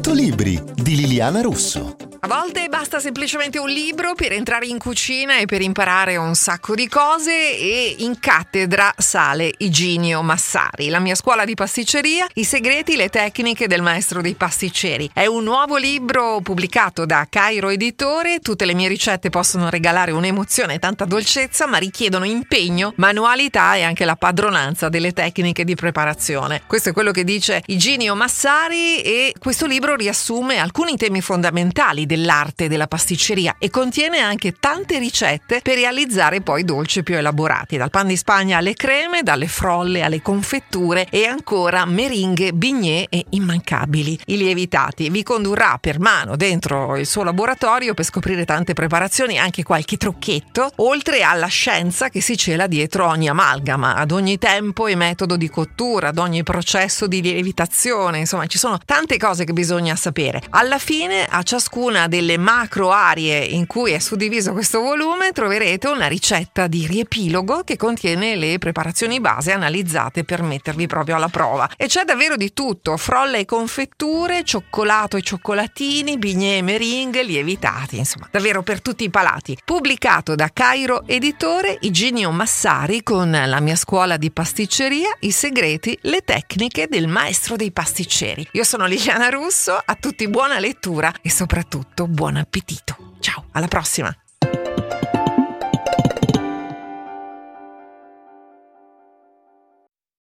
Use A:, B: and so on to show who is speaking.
A: 100 libri di Liliana Russo.
B: A volte basta semplicemente un libro per entrare in cucina e per imparare un sacco di cose, e in cattedra sale Iginio Massari, la mia scuola di pasticceria, i segreti, le tecniche del maestro dei pasticceri. È un nuovo libro pubblicato da Cairo Editore. Tutte le mie ricette possono regalare un'emozione e tanta dolcezza, ma richiedono impegno, manualità e anche la padronanza delle tecniche di preparazione. Questo è quello che dice Iginio Massari, e questo libro riassume alcuni temi fondamentali dell'arte della pasticceria e contiene anche tante ricette per realizzare poi dolci più elaborati, dal pan di Spagna alle creme, dalle frolle alle confetture e ancora meringhe, bignè e immancabili, i lievitati. Vi condurrà per mano dentro il suo laboratorio per scoprire tante preparazioni, anche qualche trucchetto, oltre alla scienza che si cela dietro ogni amalgama, ad ogni tempo e metodo di cottura, ad ogni processo di lievitazione. Insomma, ci sono tante cose che bisogna sapere. Alla fine, a ciascuna delle macro aree in cui è suddiviso questo volume troverete una ricetta di riepilogo che contiene le preparazioni base analizzate per mettervi proprio alla prova. E c'è davvero di tutto: frolle e confetture, cioccolato e cioccolatini, bignè e meringhe, lievitati, insomma davvero per tutti i palati. Pubblicato da Cairo Editore, Iginio Massari con la mia scuola di pasticceria, i segreti, le tecniche del maestro dei pasticceri. Io sono Liliana Russo, a tutti buona lettura e soprattutto buon appetito. Ciao, alla prossima!